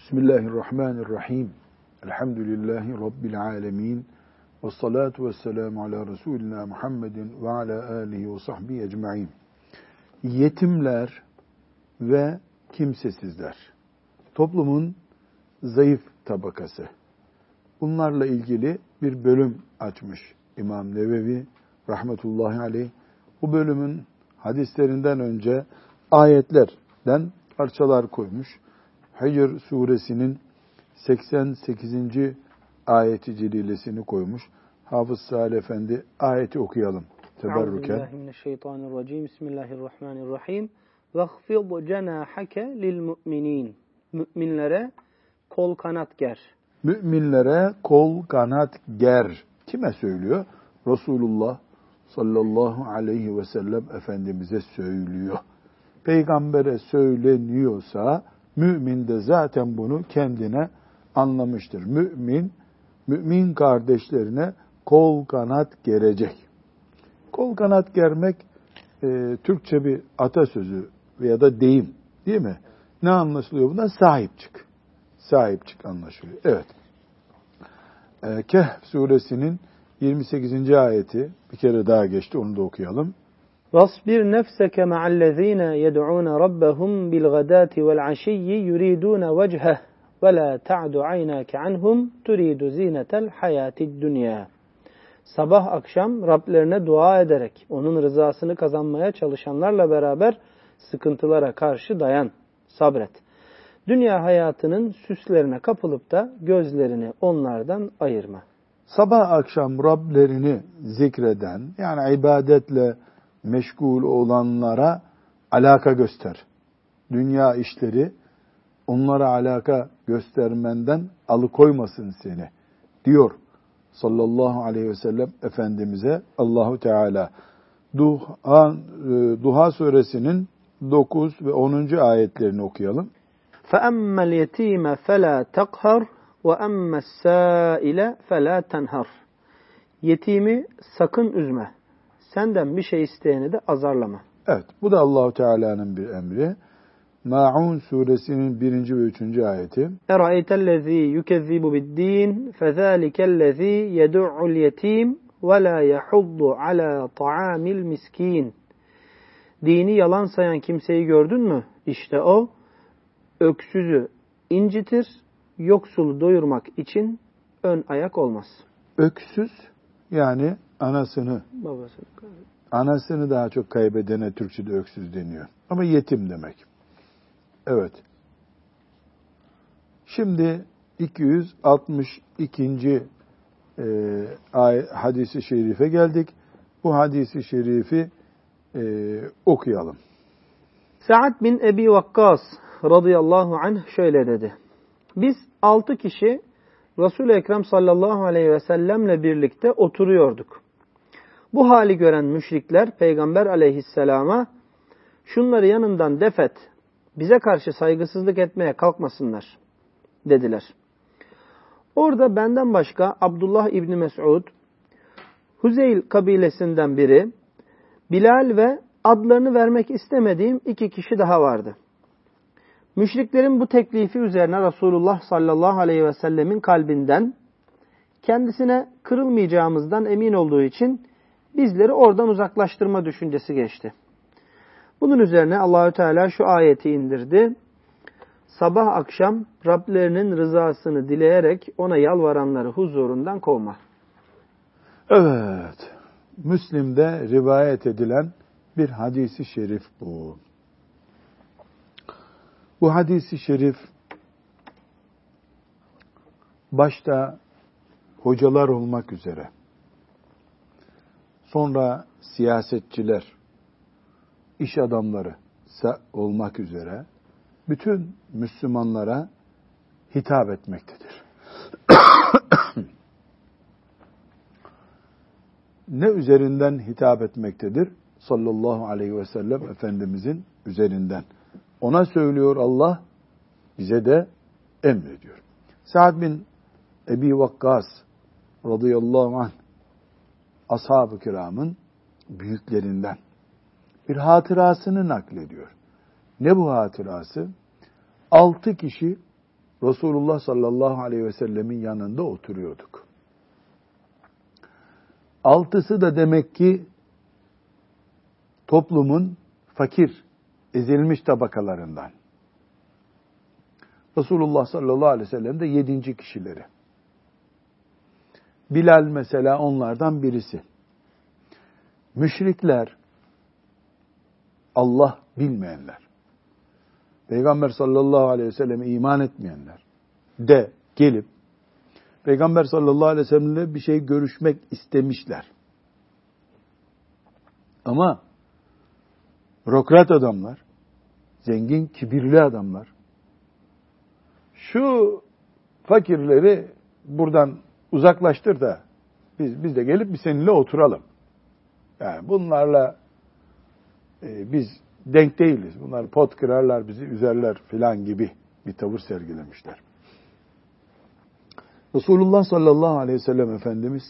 Bismillahirrahmanirrahim. Elhamdülillahi Rabbil alemin. Ve salatu ve selamu ala Resulina Muhammedin ve ala alihi ve sahbihi ecma'in. Yetimler ve kimsesizler. Toplumun zayıf tabakası. Bunlarla ilgili bir bölüm açmış İmam Nevevi rahmetullahi aleyh. Bu bölümün hadislerinden önce ayetlerden parçalar koymuş. Hicr suresinin 88. ayeti celilesini koymuş. Hafız Salih Efendi ayeti okuyalım. Teberrüken. Euzubillahimineşşeytanirracim. Bismillahirrahmanirrahim. Vahfid cenahake lil mu'minin. Müminlere kol kanat ger. Müminlere kol kanat ger. Kime söylüyor? Resulullah sallallahu aleyhi ve sellem Efendimiz'e söylüyor. Peygambere söyleniyorsa mümin de zaten bunu kendine anlamıştır. Mümin kardeşlerine kol kanat gerecek. Kol kanat germek Türkçe bir atasözü veya da deyim değil mi? Ne anlaşılıyor bundan? Sahip çık. Sahip çık anlaşılıyor. Evet. Kehf suresinin 28. ayeti bir kere daha geçti. Onu da okuyalım. وَاصْبِرْ نَفْسَكَ مَعَ الَّذ۪ينَ يَدْعُونَ رَبَّهُمْ بِالْغَدَاةِ وَالْعَشِيِّ يُرِيدُونَ وَجْهَهُ وَلَا تَعْدُ عَيْنَاكَ عَنْهُمْ تُرِيدُ زِينَةَ الْحَيَاةِ الدُّنْيَا. Sabah akşam Rablerine dua ederek onun rızasını kazanmaya çalışanlarla beraber sıkıntılara karşı dayan, sabret. Dünya hayatının süslerine kapılıp da gözlerini onlardan ayırma. Sabah akşam Rablerini zikreden, yani ibadetle meşgul olanlara alaka göster. Dünya işleri onlara alaka göstermenden alıkoymasın seni diyor sallallahu aleyhi ve sellem Efendimiz'e Allahu Teala. Duha suresinin 9 ve 10. ayetlerini okuyalım. فَأَمَّا الْيَت۪يمَ فَلَا تَقْهَرْ وَأَمَّا السَّائِلَ فَلَا تَنْهَرْ. Yetimi sakın üzme. Senden bir şey isteyeni de azarlama. Evet, bu da Allahu Teala'nın bir emri. Maun suresinin 1. ve 3. ayeti. اَرَأَيْتَ يُكَذِّبُ بِالدِّينِ فَذَٰلِكَ الَّذ۪ي يَدُعُّ الْيَت۪يمِ وَلَا يَحُضُّ عَلَى طَعَامِ الْمِسْك۪ينَ. Dini yalan sayan kimseyi gördün mü? İşte o, öksüzü incitir, yoksulu doyurmak için ön ayak olmaz. Öksüz, yani anasını daha çok kaybedene Türkçe'de öksüz deniyor. Ama yetim demek. Evet. Şimdi 262. Hadis-i şerife geldik. Bu hadis-i şerifi okuyalım. Sa'd bin Ebi Vakkas radıyallahu anh şöyle dedi. Biz 6 kişi Resul-i Ekrem sallallahu aleyhi ve sellemle birlikte oturuyorduk. Bu hali gören müşrikler Peygamber aleyhisselama şunları yanından defet, bize karşı saygısızlık etmeye kalkmasınlar dediler. Orada benden başka Abdullah İbni Mes'ud, Huzeyl kabilesinden biri, Bilal ve adlarını vermek istemediğim 2 kişi daha vardı. Müşriklerin bu teklifi üzerine Resulullah sallallahu aleyhi ve sellemin kalbinden kendisine kırılmayacağımızdan emin olduğu için bizleri oradan uzaklaştırma düşüncesi geçti. Bunun üzerine Allahü Teala şu ayeti indirdi. Sabah akşam Rablerinin rızasını dileyerek ona yalvaranları huzurundan kovma. Evet. Müslim'de rivayet edilen bir hadisi şerif bu. Bu hadisi şerif başta hocalar olmak üzere, sonra siyasetçiler, iş adamları olmak üzere bütün Müslümanlara hitap etmektedir. Ne üzerinden hitap etmektedir? Sallallahu aleyhi ve sellem Efendimizin üzerinden. Ona söylüyor Allah, bize de emrediyor. Sa'd bin Ebi Vakkas radıyallahu anh, ashab-ı kiramın büyüklerinden bir hatırasını naklediyor. Ne bu hatırası? 6 kişi Resulullah sallallahu aleyhi ve sellemin yanında oturuyorduk. 6'sı da demek ki toplumun fakir, ezilmiş tabakalarından. Resulullah sallallahu aleyhi ve sellem de 7. kişileri. Bilal mesela onlardan birisi. Müşrikler, Allah bilmeyenler, Peygamber sallallahu aleyhi ve selleme iman etmeyenler de gelip Peygamber sallallahu aleyhi ve sellemle bir şey görüşmek istemişler. Ama bürokrat adamlar, zengin, kibirli adamlar, şu fakirleri buradan uzaklaştır da biz de gelip bir seninle oturalım. Yani bunlarla biz denk değiliz. Bunlar pot kırarlar, bizi üzerler filan gibi bir tavır sergilemişler. Resulullah sallallahu aleyhi ve sellem Efendimiz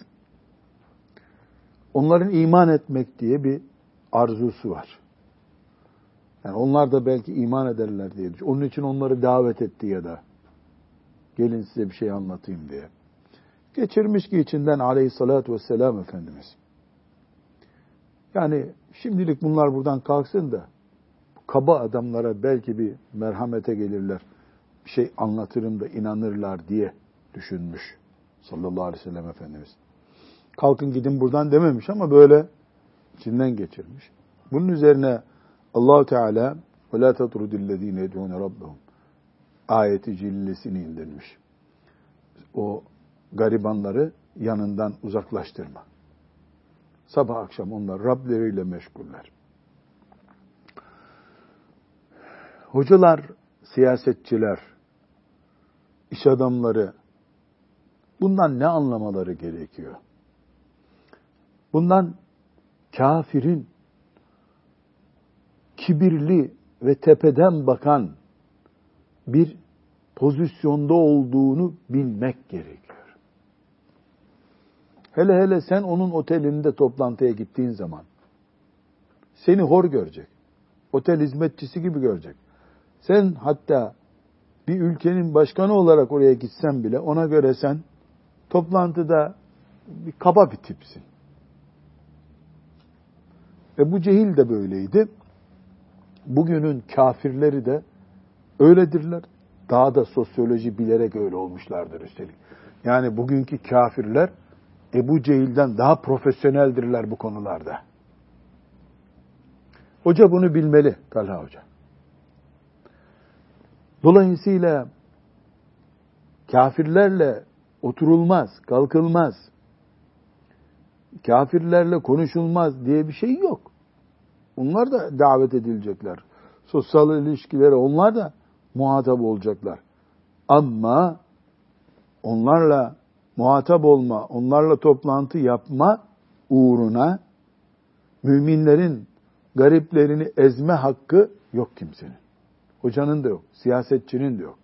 onların iman etmek diye bir arzusu var. Yani onlar da belki iman ederler diye. Onun için onları davet etti ya da gelin size bir şey anlatayım diye. Geçirmiş ki içinden aleyhissalatü vesselam Efendimiz. Yani şimdilik bunlar buradan kalksın da kaba adamlara belki bir merhamete gelirler. Bir şey anlatırım da inanırlar diye düşünmüş sallallahu aleyhi ve sellem Efendimiz. Kalkın gidin buradan dememiş ama böyle içinden geçirmiş. Bunun üzerine Allah-u Teala وَلَا تَطْرُدِ الَّذ۪ينَ يَدْعُونَ رَبَّهُمْ ayeti cillesini indirmiş. O garibanları yanından uzaklaştırma. Sabah akşam onlar Rableriyle meşguller. Hocalar, siyasetçiler, iş adamları bundan ne anlamaları gerekiyor? Bundan kafirin kibirli ve tepeden bakan bir pozisyonda olduğunu bilmek gerekiyor. Hele hele sen onun otelinde toplantıya gittiğin zaman seni hor görecek. Otel hizmetçisi gibi görecek. Sen hatta bir ülkenin başkanı olarak oraya gitsen bile ona göre sen toplantıda bir kaba bir tipsin. Ve Cehil de böyleydi. Bugünün kafirleri de öyledirler. Daha da sosyoloji bilerek öyle olmuşlardır üstelik. Yani bugünkü kafirler Cehil'den daha profesyoneldirler bu konularda. Hoca bunu bilmeli, Talha Hoca. Dolayısıyla kafirlerle oturulmaz, kalkılmaz, kafirlerle konuşulmaz diye bir şey yok. Onlar da davet edilecekler. Sosyal ilişkilere onlar da muhatap olacaklar. Ama onlarla muhatap olma, onlarla toplantı yapma uğruna müminlerin gariplerini ezme hakkı yok kimsenin. Hocanın da yok, siyasetçinin de yok.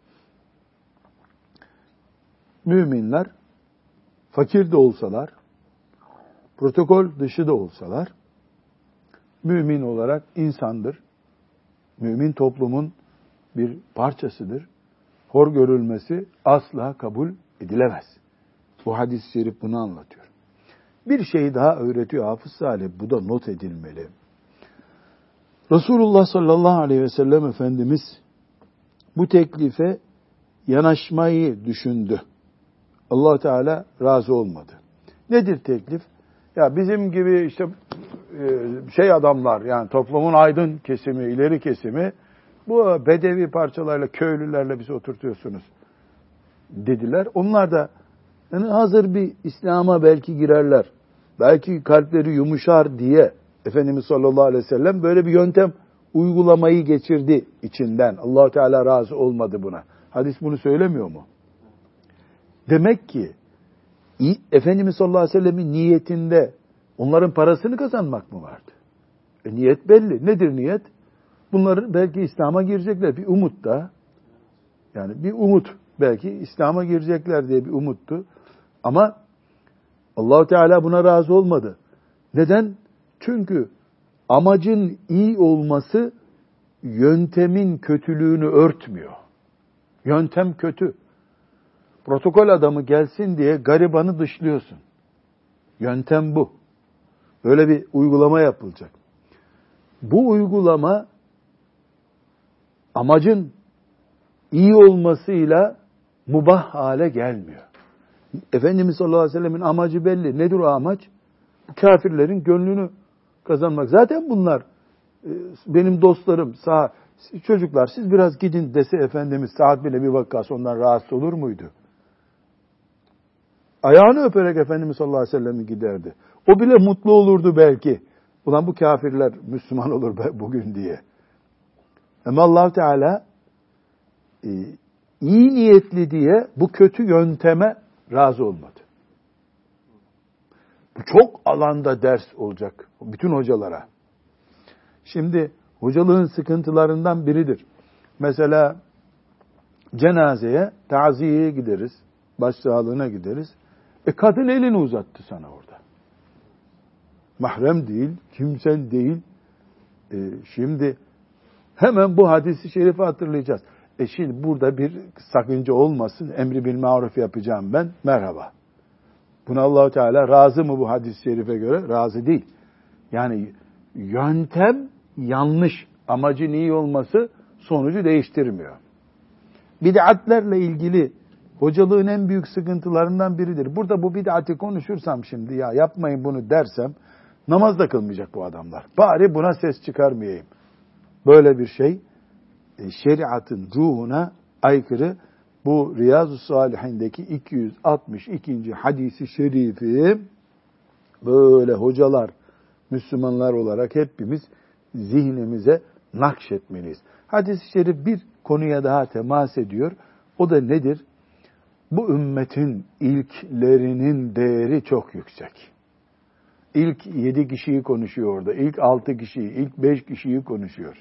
Müminler fakir de olsalar, protokol dışı da olsalar, mümin olarak insandır. Mümin toplumun bir parçasıdır. Hor görülmesi asla kabul edilemez. Bu hadis-i şerif bunu anlatıyor. Bir şey daha öğretiyor Hafız Salih. Bu da not edilmeli. Resulullah sallallahu aleyhi ve sellem Efendimiz bu teklife yanaşmayı düşündü. Allah Teala razı olmadı. Nedir teklif? Ya bizim gibi işte adamlar, yani toplumun aydın kesimi, ileri kesimi, bu bedevi parçalarla, köylülerle bizi oturtuyorsunuz dediler. Onlar da yani hazır bir İslam'a belki girerler, belki kalpleri yumuşar diye Efendimiz sallallahu aleyhi ve sellem böyle bir yöntem uygulamayı geçirdi içinden. Allah Teala razı olmadı buna. Hadis bunu söylemiyor mu? Demek ki Efendimiz sallallahu aleyhi ve sellemin niyetinde onların parasını kazanmak mı vardı? Niyet belli. Nedir niyet? Bunların belki İslam'a girecekler. Bir umut da. Yani bir umut. Belki İslam'a girecekler diye bir umuttu. Ama Allah Teala buna razı olmadı. Neden? Çünkü amacın iyi olması yöntemin kötülüğünü örtmüyor. Yöntem kötü. Protokol adamı gelsin diye garibanı dışlıyorsun. Yöntem bu. Böyle bir uygulama yapılacak. Bu uygulama amacın iyi olmasıyla mubah hale gelmiyor. Efendimiz sallallahu aleyhi ve sellemin amacı belli. Nedir o amaç? Bu kafirlerin gönlünü kazanmak. Zaten bunlar benim dostlarım, çocuklar siz biraz gidin dese Efendimiz Sa'd bin Ebi Vakkas ondan rahatsız olur muydu? Ayağını öperek Efendimiz sallallahu aleyhi ve sellem'i giderdi. O bile mutlu olurdu belki. Ulan bu kafirler Müslüman olur bugün diye. Ama Allah Teala iyi niyetli diye bu kötü yönteme razı olmadı. Bu çok alanda ders olacak bütün hocalara. Şimdi hocalığın sıkıntılarından biridir. Mesela cenazeye, taziyeye gideriz, başsağlığına gideriz. Kadın elini uzattı sana orada. Mahrem değil, kimsen değil. Şimdi hemen bu hadisi şerifi hatırlayacağız. Şimdi burada bir sakınca olmasın, emri bil maruf yapacağım ben, merhaba. Buna Allah-u Teala razı mı bu hadis-i şerife göre? Razı değil. Yani yöntem yanlış, amacın iyi olması sonucu değiştirmiyor. Bid'atlerle ilgili hocalığın en büyük sıkıntılarından biridir. Burada bu bid'ati konuşursam şimdi ya yapmayın bunu dersem namaz da kılmayacak bu adamlar. Bari buna ses çıkarmayayım. Böyle bir şey şeriatın ruhuna aykırı. Bu Riyazu Salihindeki 262. hadisi şerifi böyle hocalar, Müslümanlar olarak hepimiz zihnimize nakşetmeliyiz. Hadis-i şerif bir konuya daha temas ediyor. O da nedir? Bu ümmetin ilklerinin değeri çok yüksek. İlk 7 kişiyi konuşuyor orada. İlk 6 kişiyi, ilk 5 kişiyi konuşuyor.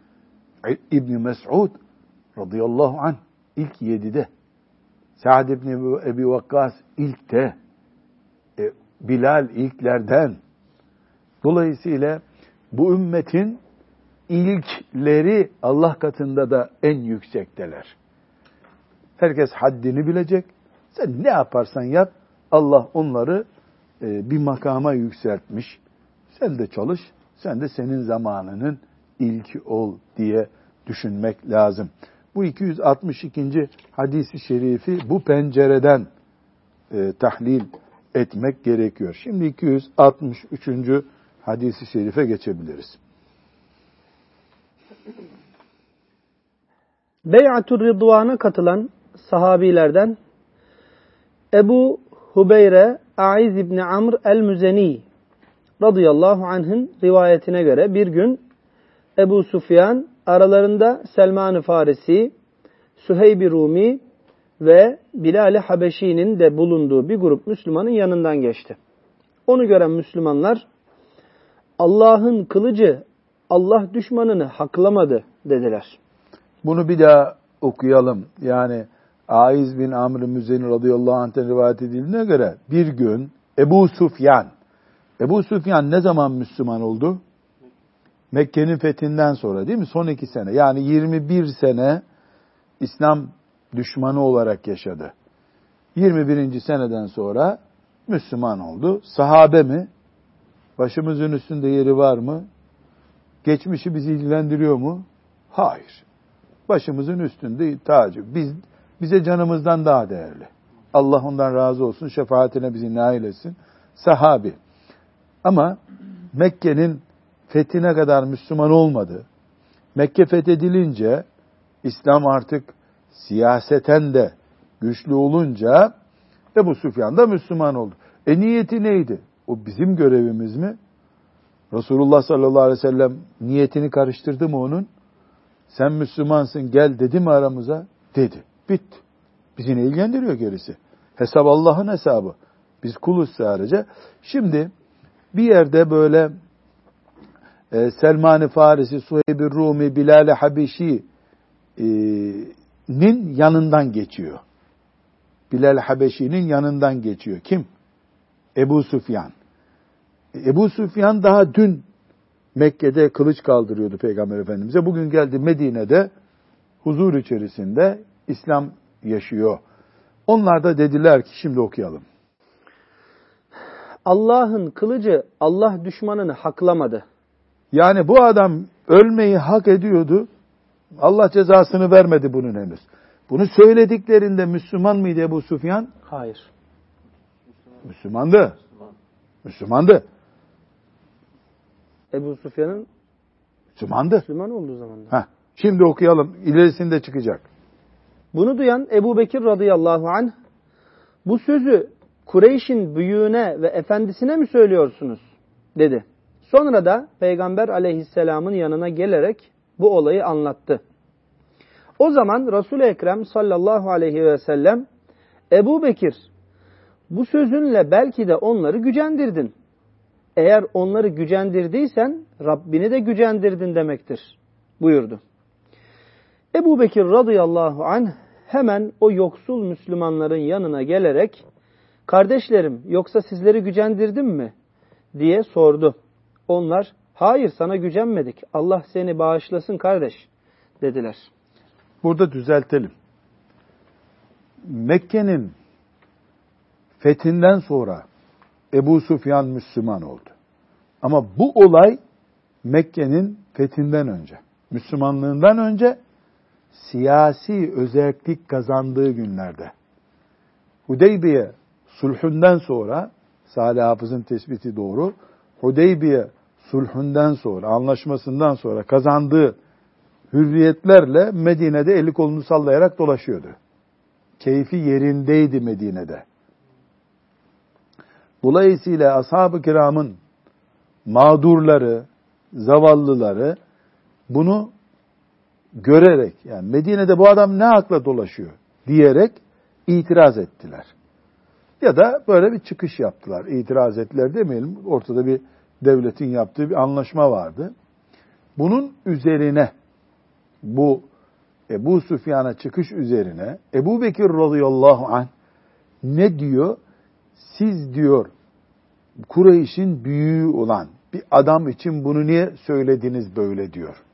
İbn Mes'ud radıyallahu anh ilk 7'de. Sa'd ibn Ebi Vakkas ilkte. Bilal ilklerden. Dolayısıyla bu ümmetin ilkleri Allah katında da en yüksekteler. Herkes haddini bilecek. Sen ne yaparsan yap, Allah onları bir makama yükseltmiş. Sen de çalış, sen de senin zamanının ilki ol diye düşünmek lazım. Bu 262. hadisi şerifi bu pencereden tahlil etmek gerekiyor. Şimdi 263. hadisi şerife geçebiliriz. Bey'atur Rıdvan'a katılan sahabilerden Ebu Hubeyre Aiz İbni Amr el-Müzeni radıyallahu anh'ın rivayetine göre bir gün Ebu Sufyan aralarında Selman-ı Farisi, Süheyb-i Rumi ve Bilal-i Habeşi'nin de bulunduğu bir grup Müslümanın yanından geçti. Onu gören Müslümanlar Allah'ın kılıcı Allah düşmanını haklamadı dediler. Bunu bir daha okuyalım. Yani Aiz bin Amr-ı Müzeni radıyallahu anh'ten rivayet edildiğine göre bir gün Ebu Sufyan ne zaman Müslüman oldu? Mekke'nin fethinden sonra değil mi? Son 2 sene. Yani 21 sene İslam düşmanı olarak yaşadı. 21. seneden sonra Müslüman oldu. Sahabe mi? Başımızın üstünde yeri var mı? Geçmişi bizi ilgilendiriyor mu? Hayır. Başımızın üstünde tacı. Bize canımızdan daha değerli. Allah ondan razı olsun. Şefaatine bizi nail etsin. Sahabi. Ama Mekke'nin fethine kadar Müslüman olmadı. Mekke fethedilince İslam artık siyaseten de güçlü olunca Ebu Süfyan da Müslüman oldu. Niyeti neydi? O bizim görevimiz mi? Resulullah sallallahu aleyhi ve sellem niyetini karıştırdı mı onun? Sen Müslümansın gel dedi mi aramıza? Dedi. Bitti. Bizi ne ilgilendiriyor gerisi? Hesap Allah'ın hesabı. Biz kuluz sadece. Şimdi bir yerde böyle Selman-ı Farisi, Suheyb-i Rumi, Bilal-i Habeşi'nin yanından geçiyor. Bilal-i Habeşi'nin yanından geçiyor. Kim? Ebu Süfyan. Ebu Süfyan daha dün Mekke'de kılıç kaldırıyordu Peygamber Efendimiz'e. Bugün geldi Medine'de huzur içerisinde İslam yaşıyor. Onlar da dediler ki şimdi okuyalım. Allah'ın kılıcı Allah düşmanını haklamadı. Yani bu adam ölmeyi hak ediyordu. Allah cezasını vermedi bunun henüz. Bunu söylediklerinde Müslüman mıydı Ebu Süfyan? Hayır. Müslümandı. Müslümandı. Ebu Süfyan'ın Müslümandı. Müslüman olduğu zamanda. Şimdi okuyalım. İlerisinde çıkacak. Bunu duyan Ebu Bekir radıyallahu anh, bu sözü Kureyş'in büyüğüne ve efendisine mi söylüyorsunuz? Dedi. Sonra da Peygamber aleyhisselamın yanına gelerek bu olayı anlattı. O zaman Resul-i Ekrem sallallahu aleyhi ve sellem, Ebu Bekir, bu sözünle belki de onları gücendirdin. Eğer onları gücendirdiysen Rabbini de gücendirdin demektir buyurdu. Ebu Bekir radıyallahu anh hemen o yoksul Müslümanların yanına gelerek, kardeşlerim yoksa sizleri gücendirdim mi diye sordu. Onlar, hayır sana gücenmedik, Allah seni bağışlasın kardeş dediler. Burada düzeltelim. Mekke'nin fethinden sonra Ebu Süfyan Müslüman oldu. Ama bu olay Mekke'nin fethinden önce, Müslümanlığından önce siyasi özellik kazandığı günlerde. Hudeybiye sulhünden sonra, Salih Hafız'ın tespiti doğru, Hudeybiye sulhünden sonra, anlaşmasından sonra kazandığı hürriyetlerle Medine'de eli kolunu sallayarak dolaşıyordu. Keyfi yerindeydi Medine'de. Dolayısıyla ashab-ı kiramın mağdurları, zavallıları bunu görerek, yani Medine'de bu adam ne hakla dolaşıyor diyerek itiraz ettiler. Ya da böyle bir çıkış yaptılar. İtiraz ettiler demeyelim. Ortada bir devletin yaptığı bir anlaşma vardı. Bunun üzerine, bu Ebu Süfyan'a çıkış üzerine Ebu Bekir radıyallahu anh ne diyor? Siz diyor Kureyş'in büyüğü olan bir adam için bunu niye söylediniz böyle diyor.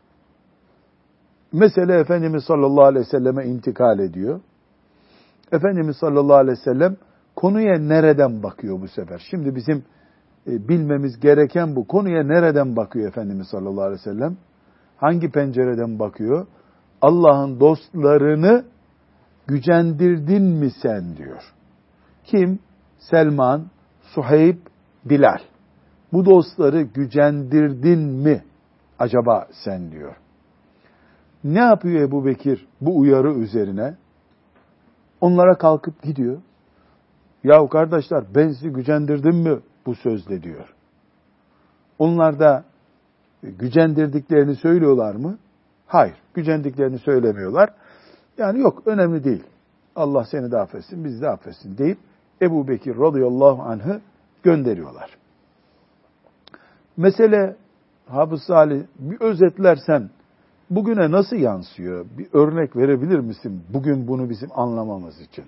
Mesele Efendimiz sallallahu aleyhi ve selleme intikal ediyor. Efendimiz sallallahu aleyhi ve sellem konuya nereden bakıyor bu sefer? Şimdi bizim bilmemiz gereken bu. Konuya nereden bakıyor Efendimiz sallallahu aleyhi ve sellem? Hangi pencereden bakıyor? Allah'ın dostlarını gücendirdin mi sen diyor. Kim? Selman, Suheyb, Bilal. Bu dostları gücendirdin mi acaba sen diyor. Ne yapıyor Ebu Bekir bu uyarı üzerine? Onlara kalkıp gidiyor. Yahu kardeşler ben sizi gücendirdim mi bu sözle diyor. Onlar da gücendirdiklerini söylüyorlar mı? Hayır, gücendiklerini söylemiyorlar. Yani yok, önemli değil. Allah seni de affetsin, bizi de affetsin deyip Ebu Bekir radıyallahu anh'ı gönderiyorlar. Mesele Hafız Salih, bir özetlersen bugüne nasıl yansıyor? Bir örnek verebilir misin bugün bunu bizim anlamamız için?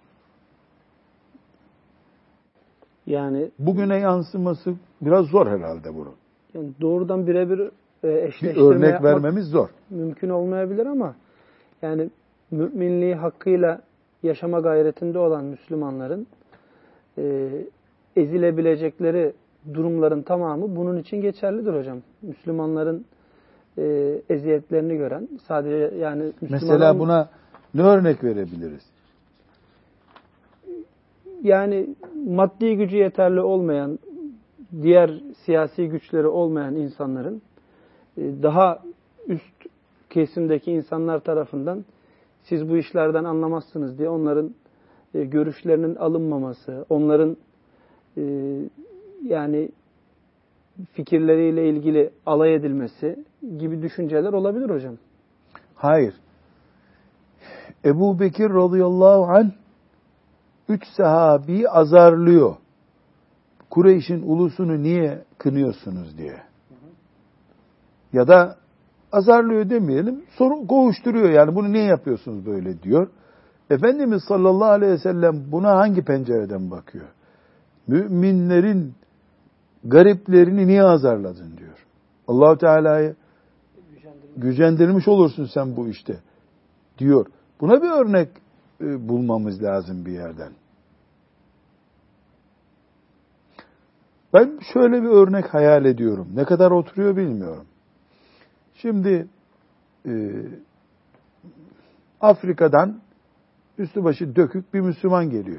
Yani bugüne yansıması biraz zor herhalde bunu. Yani doğrudan birebir eşleştirme bir örnek vermemiz zor. Mümkün olmayabilir ama yani müminliği hakkıyla yaşama gayretinde olan Müslümanların ezilebilecekleri durumların tamamı bunun için geçerlidir hocam. Müslümanların eziyetlerini gören, sadece yani Mesela buna ne örnek verebiliriz? Yani maddi gücü yeterli olmayan, diğer siyasi güçleri olmayan insanların daha üst kesimdeki insanlar tarafından siz bu işlerden anlamazsınız diye onların görüşlerinin alınmaması, onların yani fikirleriyle ilgili alay edilmesi gibi düşünceler olabilir hocam. Hayır. Ebu Bekir radıyallahu anh 3 sahabeyi azarlıyor. Kureyş'in ulusunu niye kınıyorsunuz diye. Ya da azarlıyor demeyelim, sorun kovuşturuyor yani bunu niye yapıyorsunuz böyle diyor. Efendimiz sallallahu aleyhi ve sellem buna hangi pencereden bakıyor? Müminlerin gariplerini niye azarladın diyor. Allah-u Teala'yı gücendirmiş olursun sen bu işte diyor. Buna bir örnek bulmamız lazım bir yerden. Ben şöyle bir örnek hayal ediyorum. Ne kadar oturuyor bilmiyorum. Şimdi Afrika'dan üstü başı dökük bir Müslüman geliyor.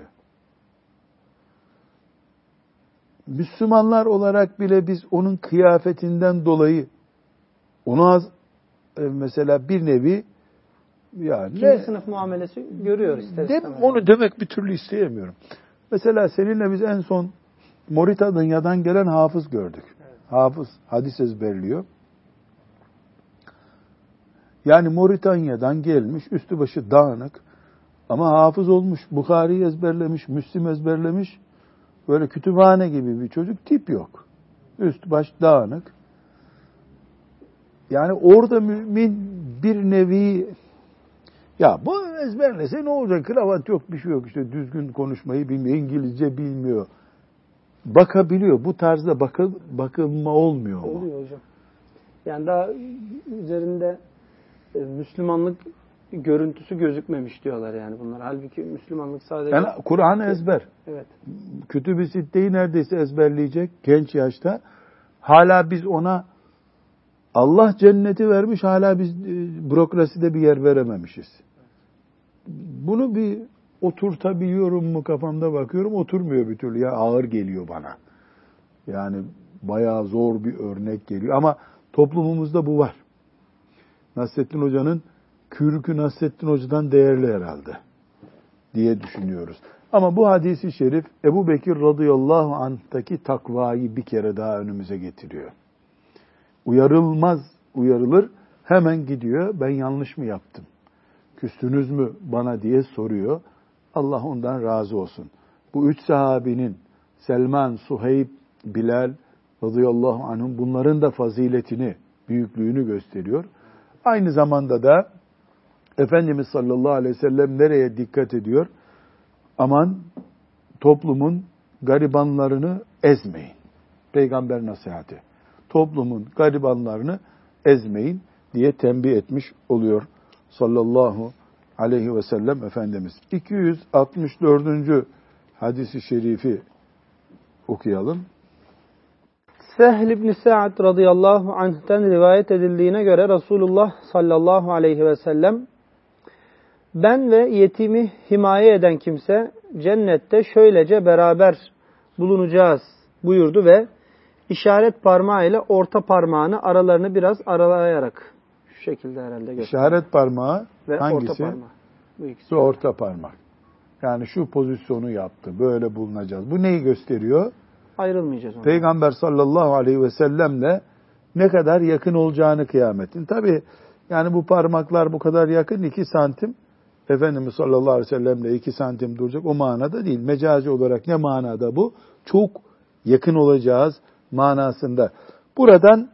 Müslümanlar olarak bile biz onun kıyafetinden dolayı onu mesela bir nevi yani İkinci sınıf muamelesi görüyor ister istemez. Onu demek bir türlü isteyemiyorum. Mesela seninle biz en son Moritanya'dan gelen hafız gördük. Evet. Hafız hadis ezberliyor. Yani Moritanya'dan gelmiş, üstü başı dağınık ama hafız olmuş, Bukhari'yi ezberlemiş, Müslim ezberlemiş. Böyle kütüphane gibi bir çocuk, tip yok. Üst baş dağınık. Yani orada mümin bir nevi ya bu ezberlese ne olacak? Kravat yok, bir şey yok. İşte düzgün konuşmayı bilmiyor, İngilizce bilmiyor. Bakabiliyor. Bu tarzda bakılma olmuyor mu? Oluyor hocam. Yani daha üzerinde Müslümanlık görüntüsü gözükmemiş diyorlar yani bunlar. Halbuki Müslümanlık sadece... Yani Kur'an ezber. Evet. Kütüb-i Sitte'yi neredeyse ezberleyecek genç yaşta. Hala biz ona Allah cenneti vermiş, hala biz bürokraside bir yer verememişiz. Bunu bir oturtabiliyorum mu kafamda bakıyorum, oturmuyor bir türlü. Ya ağır geliyor bana. Yani bayağı zor bir örnek geliyor. Ama toplumumuzda bu var. Nasrettin Hoca'nın kürkü Nasrettin Hoca'dan değerli herhalde diye düşünüyoruz. Ama bu hadisi şerif Ebu Bekir radıyallahu anh'taki takvayı bir kere daha önümüze getiriyor. Uyarılır, hemen gidiyor. Ben yanlış mı yaptım? Küstünüz mü bana diye soruyor. Allah ondan razı olsun. Bu üç sahabinin Selman, Suheyb, Bilal radıyallahu anhum bunların da faziletini, büyüklüğünü gösteriyor. Aynı zamanda da Efendimiz sallallahu aleyhi ve sellem nereye dikkat ediyor? Aman toplumun garibanlarını ezmeyin. Peygamber nasihati. Toplumun garibanlarını ezmeyin diye tembih etmiş oluyor sallallahu aleyhi ve sellem Efendimiz. 264. hadisi şerifi okuyalım. Sehl ibn Sa'd radıyallahu anh'ten rivayet edildiğine göre Resulullah sallallahu aleyhi ve sellem ben ve yetimi himaye eden kimse cennette şöylece beraber bulunacağız buyurdu ve işaret parmağı ile orta parmağını aralarını biraz aralayarak şu şekilde herhalde gösteriyor. İşaret parmağı ve hangisi? Orta parmağı. Bu ikisi. Şu orta parmak. Yani şu pozisyonu yaptı. Böyle bulunacağız. Bu neyi gösteriyor? Ayrılmayacağız ondan. Peygamber sallallahu aleyhi ve sellemle ne kadar yakın olacağını kıyametin. Tabi yani bu parmaklar bu kadar yakın 2 santim. Efendimiz sallallahu aleyhi ve sellemle 2 santim duracak o manada değil. Mecazi olarak ne manada bu? Çok yakın olacağız manasında. Buradan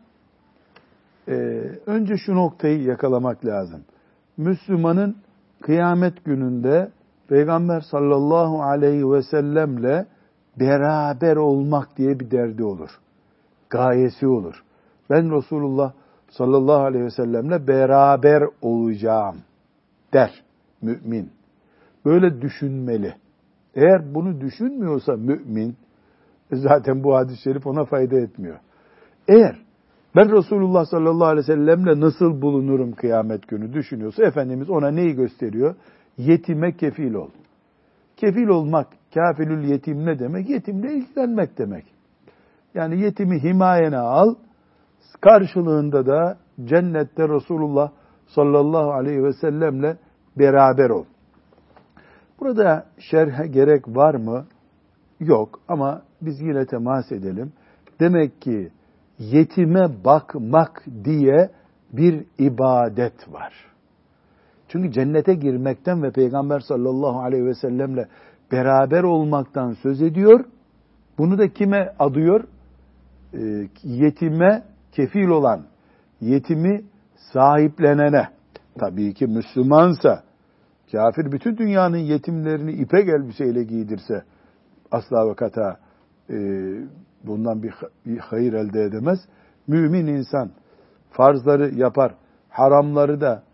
önce şu noktayı yakalamak lazım. Müslümanın kıyamet gününde Peygamber sallallahu aleyhi ve sellemle beraber olmak diye bir derdi olur. Gayesi olur. Ben Resulullah sallallahu aleyhi ve sellemle beraber olacağım der mümin. Böyle düşünmeli. Eğer bunu düşünmüyorsa mümin, zaten bu hadis-i şerif ona fayda etmiyor. Eğer ben Resulullah sallallahu aleyhi ve sellemle nasıl bulunurum kıyamet günü düşünüyorsa Efendimiz ona neyi gösteriyor? Yetime kefil ol. Kefil olmak, kafilül yetim ne demek? Yetimle ilgilenmek demek. Yani yetimi himayene al, karşılığında da cennette Resulullah sallallahu aleyhi ve sellemle beraber ol. Burada şerhe gerek var mı? Yok ama biz yine temas edelim. Demek ki yetime bakmak diye bir ibadet var. Çünkü cennete girmekten ve Peygamber sallallahu aleyhi ve sellemle beraber olmaktan söz ediyor. Bunu da kime adıyor? Yetime kefil olan, yetimi sahiplenene. Tabii ki Müslümansa, kafir bütün dünyanın yetimlerini ipek elbiseyle giydirse asla ve kata bundan bir hayır elde edemez. Mümin insan farzları yapar, haramları da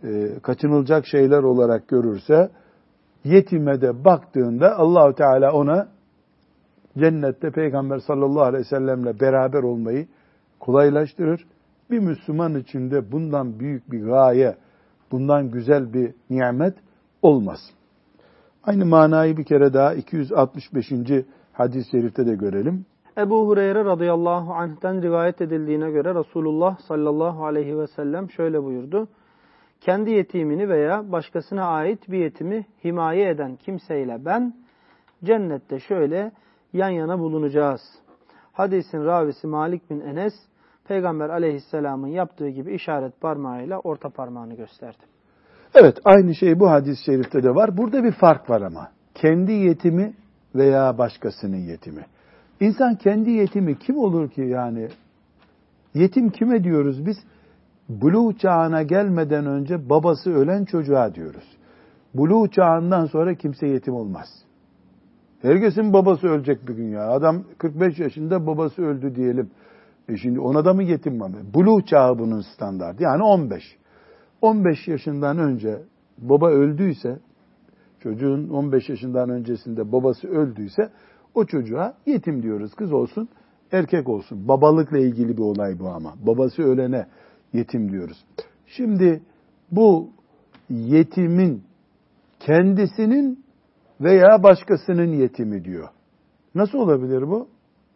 kaçınılacak şeyler olarak görürse, yetime de baktığında Allahu Teala ona cennette Peygamber sallallahu aleyhi ve sellemle beraber olmayı kolaylaştırır. Bir Müslüman için de bundan büyük bir gaye, bundan güzel bir nimet olmaz. Aynı manayı bir kere daha 265. hadis-i şerifte de görelim. Ebu Hureyre radıyallahu anh'ten rivayet edildiğine göre Resulullah sallallahu aleyhi ve sellem şöyle buyurdu. Kendi yetimini veya başkasına ait bir yetimi himaye eden kimseyle ben cennette şöyle yan yana bulunacağız. Hadisin ravisi Malik bin Enes, Peygamber aleyhisselamın yaptığı gibi işaret parmağıyla orta parmağını gösterdi. Evet, aynı şey bu hadis-i şerifte de var. Burada bir fark var ama. Kendi yetimi veya başkasının yetimi. İnsan kendi yetimi kim olur ki yani? Yetim kime diyoruz biz? Buluğ çağına gelmeden önce babası ölen çocuğa diyoruz. Buluğ çağından sonra kimse yetim olmaz. Herkesin babası ölecek bir gün ya. Adam 45 yaşında babası öldü diyelim. Şimdi ona da mı yetim var? Buluğ çağı bunun standartı. Yani 15. 15 yaşından önce baba öldüyse, çocuğun 15 yaşından öncesinde babası öldüyse o çocuğa yetim diyoruz. Kız olsun, erkek olsun. Babalıkla ilgili bir olay bu ama. Babası ölene yetim diyoruz. Şimdi bu yetimin kendisinin veya başkasının yetimi diyor. Nasıl olabilir bu?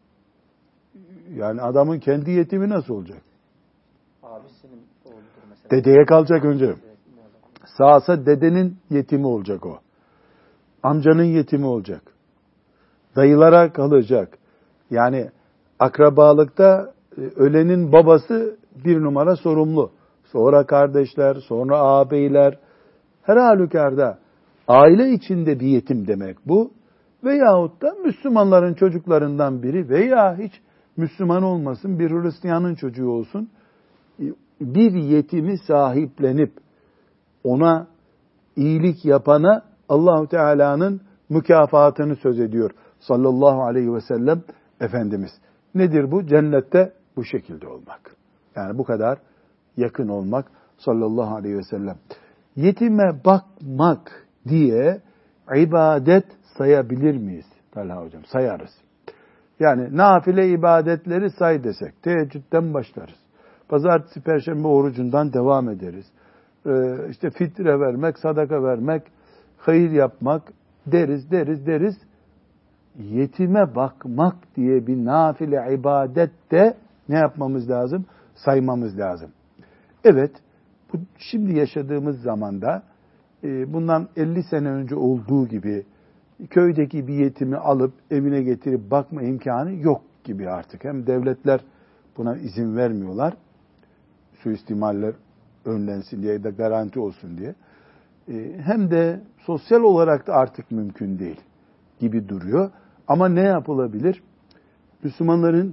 Yani adamın kendi yetimi nasıl olacak? Abisinin oğludur mesela. Dedeye kalacak önce. Sağsa dedenin yetimi olacak o. Amcanın yetimi olacak. Dayılara kalacak. Yani akrabalıkta ölenin babası bir numara sorumlu. Sonra kardeşler, sonra ağabeyler. Her halükarda aile içinde bir yetim demek bu. Veyahut da Müslümanların çocuklarından biri veya hiç Müslüman olmasın, bir Hristiyanın çocuğu olsun. Bir yetimi sahiplenip ona iyilik yapana Allah-u Teala'nın mükafatını söz ediyor sallallahu aleyhi ve sellem Efendimiz. Nedir bu? Cennette bu şekilde olmak. Yani bu kadar yakın olmak sallallahu aleyhi ve sellem. Yetime bakmak diye ibadet sayabilir miyiz? Talha hocam sayarız. Yani nafile ibadetleri say desek teheccüden başlarız. Pazartesi, perşembe orucundan devam ederiz. İşte fitre vermek, sadaka vermek, hayır yapmak deriz. Yetime bakmak diye bir nafile ibadet de ne yapmamız lazım? Saymamız lazım. Evet, bu şimdi yaşadığımız zamanda bundan 50 sene önce olduğu gibi köydeki bir yetimi alıp evine getirip bakma imkanı yok gibi artık. Hem devletler buna izin vermiyorlar. Suistimaller önlensin diye de garanti olsun diye. Hem de sosyal olarak da artık mümkün değil gibi duruyor. Ama ne yapılabilir? Müslümanların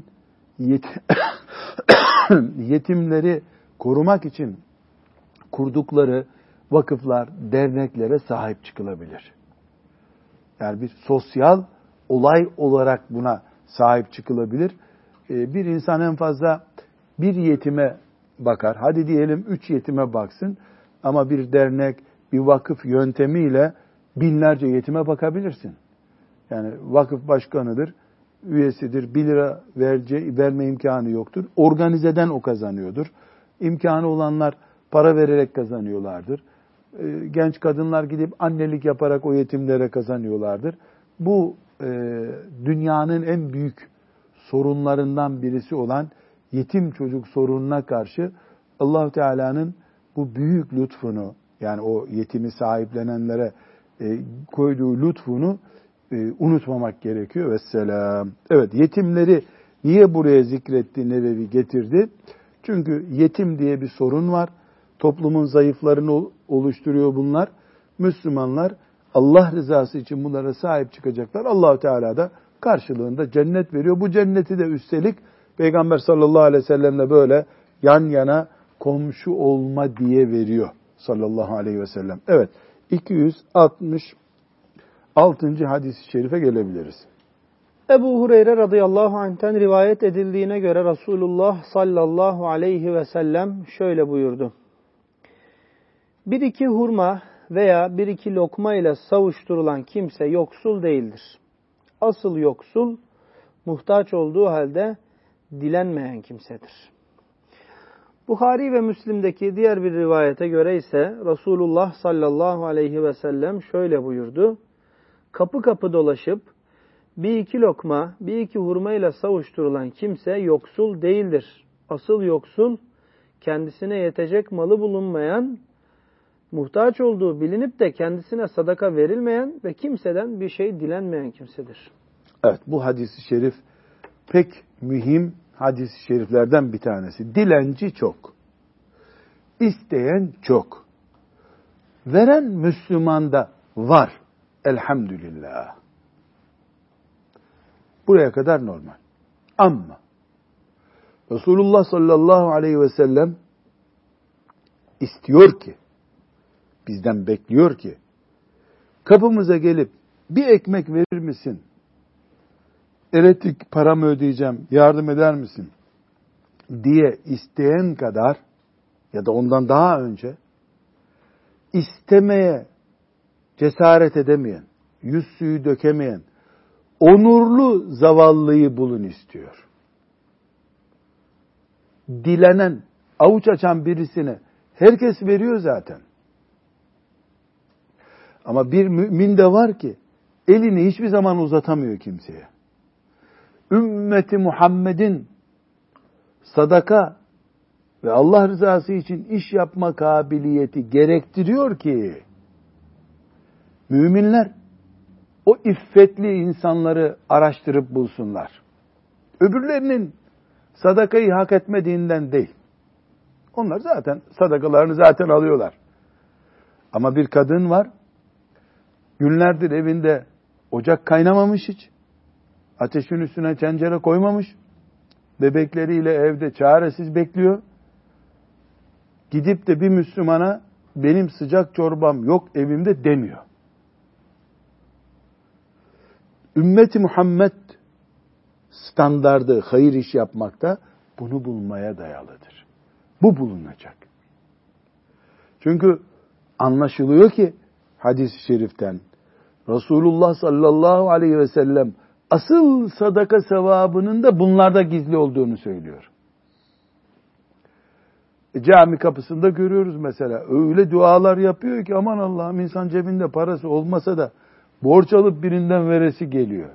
yetimleri korumak için kurdukları vakıflar, derneklere sahip çıkılabilir. Yani bir sosyal olay olarak buna sahip çıkılabilir. Bir insan en fazla bir yetime bakar. Hadi diyelim 3 yetime baksın ama bir dernek, bir vakıf yöntemiyle binlerce yetime bakabilirsin. Yani vakıf başkanıdır, üyesidir, 1 lira verme imkanı yoktur. Organizeden o kazanıyordur. İmkanı olanlar para vererek kazanıyorlardır. Genç kadınlar gidip annelik yaparak o yetimlere kazanıyorlardır. Bu dünyanın en büyük sorunlarından birisi olan yetim çocuk sorununa karşı Allah-u Teala'nın bu büyük lütfunu, yani o yetimi sahiplenenlere koyduğu lütfunu unutmamak gerekiyor. Vesselam. Evet, yetimleri niye buraya zikretti, Nevevi getirdi? Çünkü yetim diye bir sorun var. Toplumun zayıflarını oluşturuyor bunlar. Müslümanlar Allah rızası için bunlara sahip çıkacaklar. Allah-u Teala da karşılığında cennet veriyor. Bu cenneti de üstelik Peygamber sallallahu aleyhi ve sellemle böyle yan yana komşu olma diye veriyor sallallahu aleyhi ve sellem. Evet, 266. hadis-i şerife gelebiliriz. Ebu Hureyre radıyallahu anh'ten rivayet edildiğine göre Resulullah sallallahu aleyhi ve sellem şöyle buyurdu. Bir iki hurma veya bir iki lokma ile savuşturulan kimse yoksul değildir. Asıl yoksul, muhtaç olduğu halde dilenmeyen kimsedir. Buhari ve Müslim'deki diğer bir rivayete göre ise Resulullah sallallahu aleyhi ve sellem şöyle buyurdu. Kapı kapı dolaşıp bir iki lokma, bir iki hurma ile savuşturulan kimse yoksul değildir. Asıl yoksul, kendisine yetecek malı bulunmayan, muhtaç olduğu bilinip de kendisine sadaka verilmeyen ve kimseden bir şey dilenmeyen kimsedir. Evet, bu hadis-i şerif pek mühim hadis-i şeriflerden bir tanesi. Dilenci çok. İsteyen çok. Veren Müslümanda var. Elhamdülillah. Buraya kadar normal. Ama Resulullah sallallahu aleyhi ve sellem istiyor ki, bizden bekliyor ki, kapımıza gelip bir ekmek verir misin? Elektrik paramı ödeyeceğim, yardım eder misin? Diye isteyen kadar ya da ondan daha önce istemeye cesaret edemeyen, yüz suyu dökemeyen, onurlu zavallıyı bulun istiyor. Dilenen, avuç açan birisine herkes veriyor zaten. Ama bir mümin de var ki elini hiçbir zaman uzatamıyor kimseye. Ümmeti Muhammed'in sadaka ve Allah rızası için iş yapma kabiliyeti gerektiriyor ki müminler o iffetli insanları araştırıp bulsunlar. Öbürlerinin sadakayı hak etmediğinden değil. Onlar zaten sadakalarını zaten alıyorlar. Ama bir kadın var, günlerdir evinde ocak kaynamamış hiç. Ateşin üstüne tencere koymamış. Bebekleriyle evde çaresiz bekliyor. Gidip de bir Müslümana benim sıcak çorbam yok evimde demiyor. Ümmeti Muhammed standardı hayır iş yapmakta bunu bulmaya dayalıdır. Bu bulunacak. Çünkü anlaşılıyor ki hadis-i şeriften Resulullah sallallahu aleyhi ve sellem asıl sadaka sevabının da bunlarda gizli olduğunu söylüyor. Cami kapısında görüyoruz mesela. Öyle dualar yapıyor ki aman Allah'ım insan cebinde parası olmasa da borç alıp birinden veresi geliyor.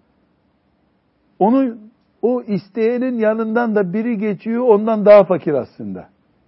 O isteyenin yanından da biri geçiyor ondan daha fakir aslında.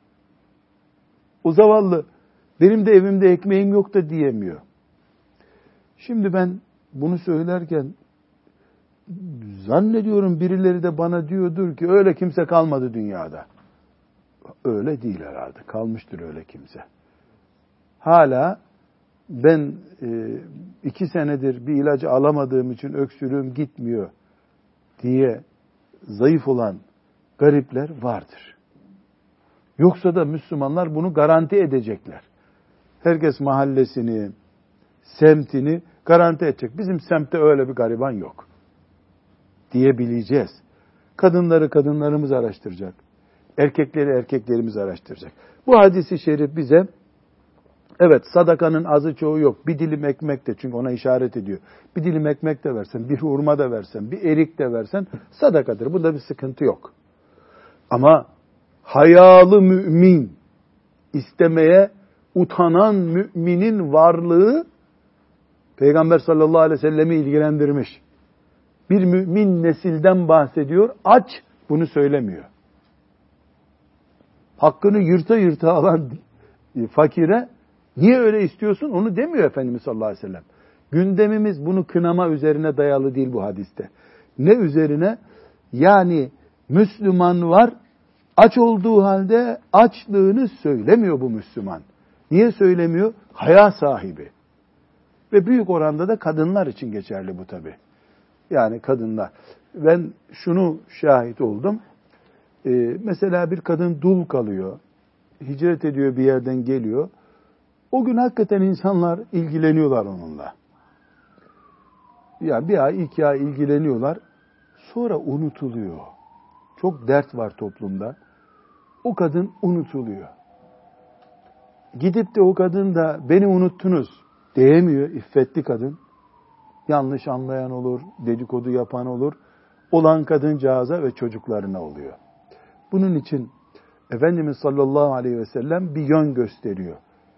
O zavallı benim de evimde ekmeğim yok da diyemiyor. Şimdi ben bunu söylerken zannediyorum birileri de bana diyordur ki öyle kimse kalmadı dünyada. Öyle değil herhalde. Kalmıştır öyle kimse. Hala ben 2 senedir bir ilacı alamadığım için öksürüğüm gitmiyor diye zayıf olan garipler vardır. Yoksa da Müslümanlar bunu garanti edecekler. Herkes mahallesini, semtini garanti edecek. Bizim semtte öyle bir gariban yok diyebileceğiz. Kadınları kadınlarımız araştıracak. Erkekleri erkeklerimiz araştıracak. Bu hadisi şerif bize evet sadakanın azı çoğu yok. Bir dilim ekmek de çünkü ona işaret ediyor. Bir dilim ekmek de versen, bir hurma da versen, bir erik de versen sadakadır. Bunda bir sıkıntı yok. Ama hayalı mümin, istemeye utanan müminin varlığı Peygamber sallallahu aleyhi ve sellemi ilgilendirmiş. Bir mümin nesilden bahsediyor. Aç bunu söylemiyor. Hakkını yırta yırta alan fakire niye öyle istiyorsun onu demiyor Efendimiz sallallahu aleyhi ve sellem. Gündemimiz bunu kınama üzerine dayalı değil bu hadiste. Ne üzerine? Yani Müslüman var, aç olduğu halde açlığını söylemiyor bu Müslüman. Niye söylemiyor? Haya sahibi. Ve büyük oranda da kadınlar için geçerli bu tabii. Yani kadınlar. Ben şunu şahit oldum. Mesela bir kadın dul kalıyor. Hicret ediyor bir yerden geliyor. O gün hakikaten insanlar ilgileniyorlar onunla. Yani 1 ay 2 ay ilgileniyorlar. Sonra unutuluyor. Çok dert var toplumda. O kadın unutuluyor. gidip de o kadın da beni unuttunuz diyemiyor iffetli kadın. Yanlış anlayan olur, dedikodu yapan olur. Olan kadıncağıza ve çocuklarına oluyor. Bunun için Efendimiz sallallahu aleyhi ve sellem bir yön gösteriyor.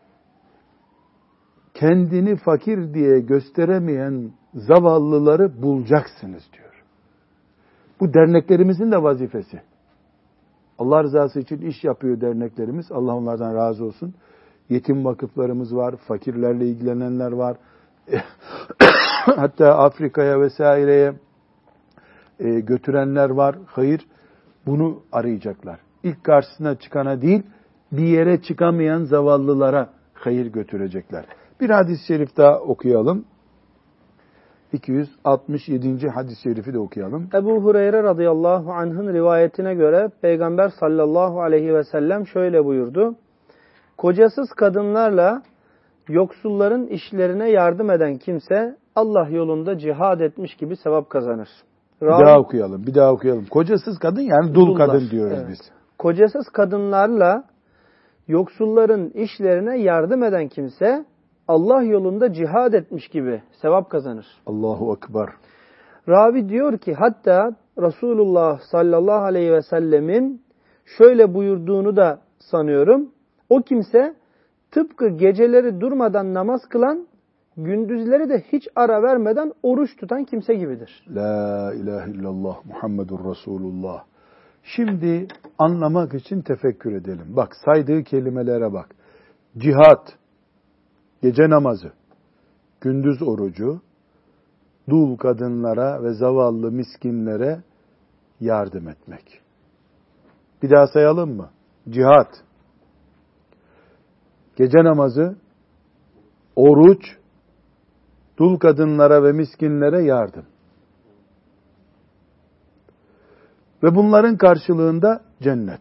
Kendini fakir diye gösteremeyen zavallıları bulacaksınız diyor. Bu derneklerimizin de vazifesi. Allah rızası için iş yapıyor derneklerimiz. Allah onlardan razı olsun. Yetim vakıflarımız var, fakirlerle ilgilenenler var. Hatta Afrika'ya vesaireye götürenler var. Hayır, bunu arayacaklar. İlk karşısına çıkana değil, bir yere çıkamayan zavallılara hayır götürecekler. Bir hadis-i şerif daha okuyalım. 267. hadis-i şerifi de okuyalım. Ebu Hureyre radıyallahu anh'ın rivayetine göre Peygamber sallallahu aleyhi ve sellem şöyle buyurdu. Kocasız kadınlarla yoksulların işlerine yardım eden kimse Allah yolunda cihad etmiş gibi sevap kazanır. Bir daha okuyalım. Kocasız kadın yani dul kadın diyoruz evet. biz. Kocasız kadınlarla yoksulların işlerine yardım eden kimse Allah yolunda cihad etmiş gibi sevap kazanır. Allahu Ekber. Ravi diyor ki hatta Resulullah sallallahu aleyhi ve sellemin şöyle buyurduğunu da sanıyorum. O kimse tıpkı geceleri durmadan namaz kılan, gündüzleri de hiç ara vermeden oruç tutan kimse gibidir. La ilahe illallah Muhammedur Resulullah. Şimdi anlamak için tefekkür edelim. Bak saydığı kelimelere bak. Cihat, gece namazı, gündüz orucu, dul kadınlara ve zavallı miskinlere yardım etmek. Bir daha sayalım mı? Cihat, gece namazı, oruç, dul kadınlara ve miskinlere yardım. Ve bunların karşılığında cennet.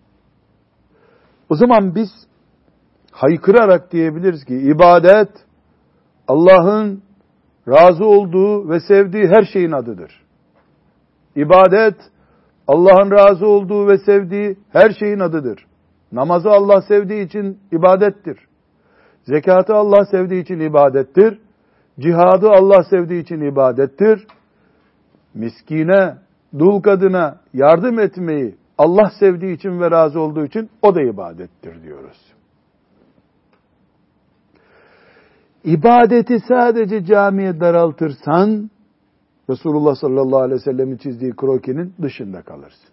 O zaman biz haykırarak diyebiliriz ki ibadet Allah'ın razı olduğu ve sevdiği her şeyin adıdır. İbadet Allah'ın razı olduğu ve sevdiği her şeyin adıdır. Namazı Allah sevdiği için ibadettir. Zekatı Allah sevdiği için ibadettir. Cihadı Allah sevdiği için ibadettir. Miskine, dul kadına yardım etmeyi Allah sevdiği için ve razı olduğu için o da ibadettir diyoruz. İbadeti sadece camiye daraltırsan, Resulullah sallallahu aleyhi ve sellemin çizdiği krokinin dışında kalırsın.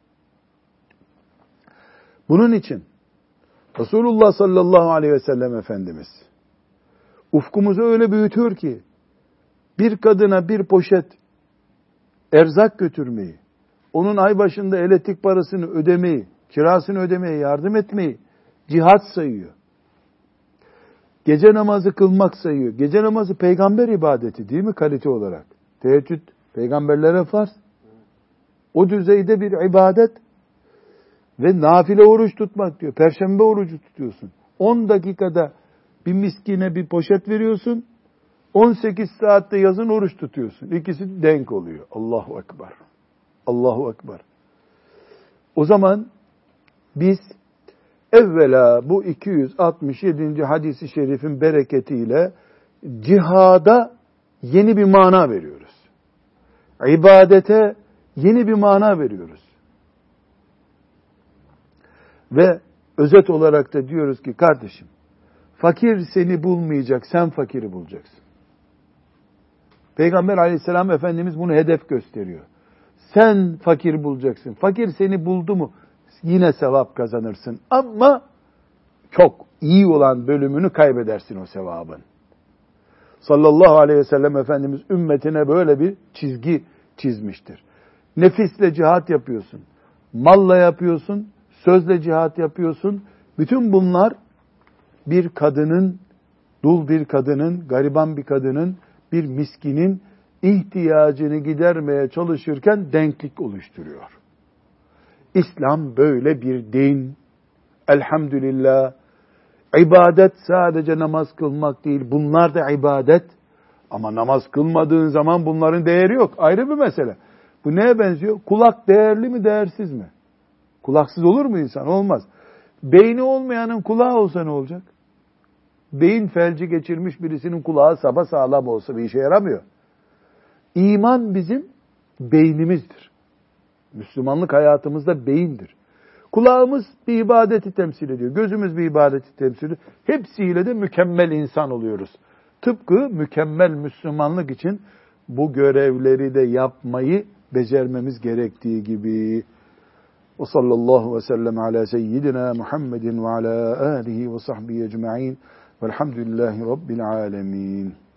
Bunun için Resulullah sallallahu aleyhi ve sellem Efendimiz ufkumuzu öyle büyütüyor ki bir kadına bir poşet erzak götürmeyi, onun ay başında elektrik parasını ödemeyi, kirasını ödemeye yardım etmeyi cihat sayıyor. Gece namazı kılmak sayıyor. Gece namazı peygamber ibadeti değil mi kalite olarak? Teheccüd peygamberlere farz. O düzeyde bir ibadet ve nafile oruç tutmak diyor. Perşembe orucu tutuyorsun. 10 dakikada bir miskine bir poşet veriyorsun. 18 saatte yazın oruç tutuyorsun. İkisi denk oluyor. Allahu Ekber. Allahu Ekber. O zaman biz evvela bu 267. hadisi şerifin bereketiyle cihada yeni bir mana veriyoruz. İbadete yeni bir mana veriyoruz. Ve özet olarak da diyoruz ki kardeşim, fakir seni bulmayacak, sen fakiri bulacaksın. Peygamber aleyhisselam Efendimiz bunu hedef gösteriyor. Sen fakir bulacaksın. Fakir seni buldu mu yine sevap kazanırsın. Ama çok iyi olan bölümünü kaybedersin o sevabın. Sallallahu aleyhi ve sellem Efendimiz ümmetine böyle bir çizgi çizmiştir. Nefisle cihat yapıyorsun. Malla yapıyorsun. Sözle cihat yapıyorsun. Bütün bunlar bir kadının, dul bir kadının, gariban bir kadının, bir miskinin ihtiyacını gidermeye çalışırken denklik oluşturuyor. İslam böyle bir din. Elhamdülillah. İbadet sadece namaz kılmak değil. Bunlar da ibadet. Ama namaz kılmadığın zaman bunların değeri yok. Ayrı bir mesele. Bu neye benziyor? Kulak değerli mi, değersiz mi? Kulaksız olur mu insan? Olmaz. Beyni olmayanın kulağı olsa ne olacak? beyin felci geçirmiş birisinin kulağı sapasağlam olsa bir işe yaramıyor. İman bizim beynimizdir. Müslümanlık hayatımızda beyindir. Kulağımız bir ibadeti temsil ediyor. Gözümüz bir ibadeti temsil ediyor. Hepsiyle de mükemmel insan oluyoruz. Tıpkı mükemmel Müslümanlık için bu görevleri de yapmayı becermemiz gerektiği gibi. Ve sallallahu ve sellem ala seyyidina Muhammedin ve ala alihi ve sahbihi ecma'in velhamdülillahi rabbil alemin.